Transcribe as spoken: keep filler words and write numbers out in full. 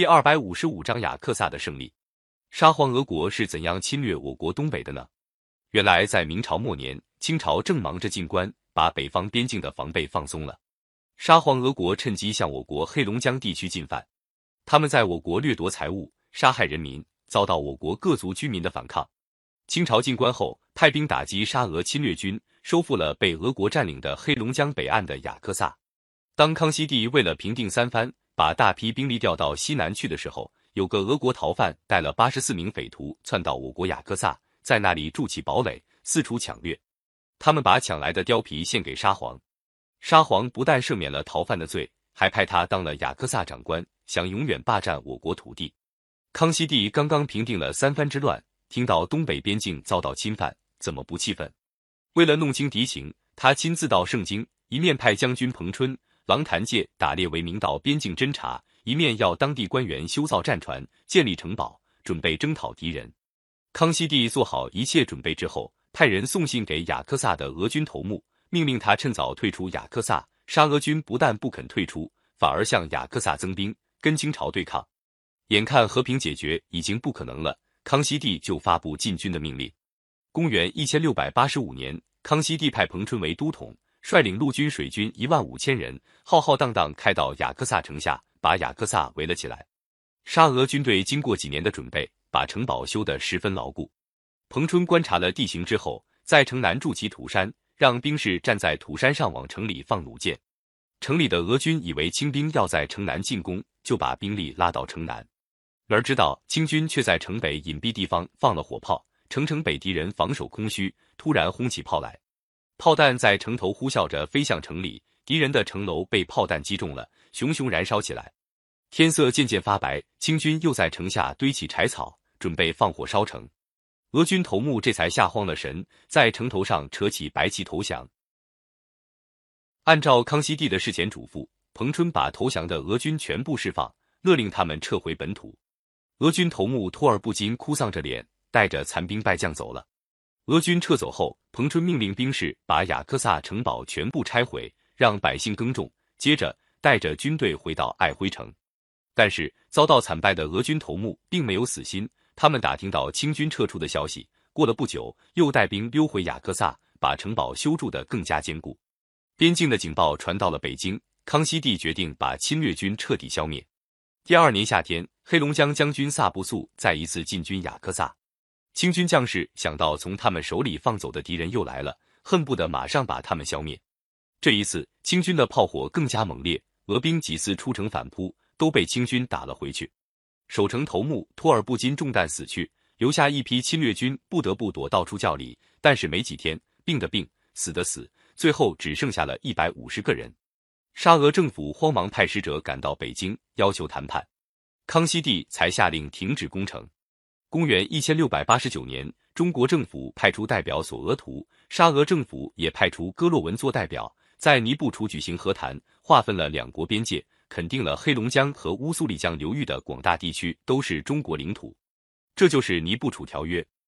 第二百五十五章雅克萨的胜利。沙皇俄国是怎样侵略我国东北的呢？原来在明朝末年，清朝正忙着进关，把北方边境的防备放松了。沙皇俄国趁机向我国黑龙江地区进犯，他们在我国掠夺财物，杀害人民，遭到我国各族居民的反抗。清朝进关后，派兵打击沙俄侵略军，收复了被俄国占领的黑龙江北岸的雅克萨。当康熙帝为了平定三藩，把大批兵力调到西南去的时候，有个俄国逃犯带了八十四名匪徒窜到我国雅克萨，在那里筑起堡垒，四处抢掠。他们把抢来的貂皮献给沙皇，沙皇不但赦免了逃犯的罪，还派他当了雅克萨长官，想永远霸占我国土地。康熙帝刚刚平定了三藩之乱，听到东北边境遭到侵犯，怎么不气愤？为了弄清敌情，他亲自到盛京，一面派将军彭春、郎谭介打猎为名到边境侦察，一面要当地官员修造战船，建立城堡，准备征讨敌人。康熙帝做好一切准备之后，派人送信给雅克萨的俄军头目，命令他趁早退出雅克萨。沙俄军不但不肯退出，反而向雅克萨增兵，跟清朝对抗。眼看和平解决已经不可能了，康熙帝就发布进军的命令。公元一千六百八十五年，康熙帝派彭春为都统，率领陆军、水军一万五千人，浩浩荡荡开到雅克萨城下，把雅克萨围了起来。沙俄军队经过几年的准备，把城堡修得十分牢固。彭春观察了地形之后，在城南筑起土山，让兵士站在土山上往城里放弩箭。城里的俄军以为清兵要在城南进攻，就把兵力拉到城南。而知道清军却在城北隐蔽地方放了火炮，城城北敌人防守空虚，突然轰起炮来。炮弹在城头呼啸着飞向城里，敌人的城楼被炮弹击中了，熊熊燃烧起来。天色渐渐发白，清军又在城下堆起柴草，准备放火烧城。俄军头目这才吓慌了神，在城头上扯起白旗投降。按照康熙帝的事前嘱咐，彭春把投降的俄军全部释放，勒令他们撤回本土。俄军头目托尔布金哭丧着脸，带着残兵败将走了。俄军撤走后，彭春命令兵士把雅克萨城堡全部拆毁，让百姓耕种，接着带着军队回到爱辉城。但是遭到惨败的俄军头目并没有死心，他们打听到清军撤出的消息，过了不久，又带兵溜回雅克萨，把城堡修筑得更加坚固。边境的警报传到了北京，康熙帝决定把侵略军彻底消灭。第二年夏天，黑龙江将军萨布素再一次进军雅克萨。清军将士想到从他们手里放走的敌人又来了，恨不得马上把他们消灭。这一次，清军的炮火更加猛烈，俄兵几次出城反扑，都被清军打了回去。守城头目托尔布金中弹死去，留下一批侵略军不得不躲到处教理，但是没几天，病的病，死的死，最后只剩下了一百五十个人。沙俄政府慌忙派使者赶到北京，要求谈判。康熙帝才下令停止攻城。公元一千六百八十九年，中国政府派出代表索额图，沙俄政府也派出哥洛文做代表，在尼布楚举行和谈，划分了两国边界，肯定了黑龙江和乌苏里江流域的广大地区都是中国领土。这就是尼布楚条约。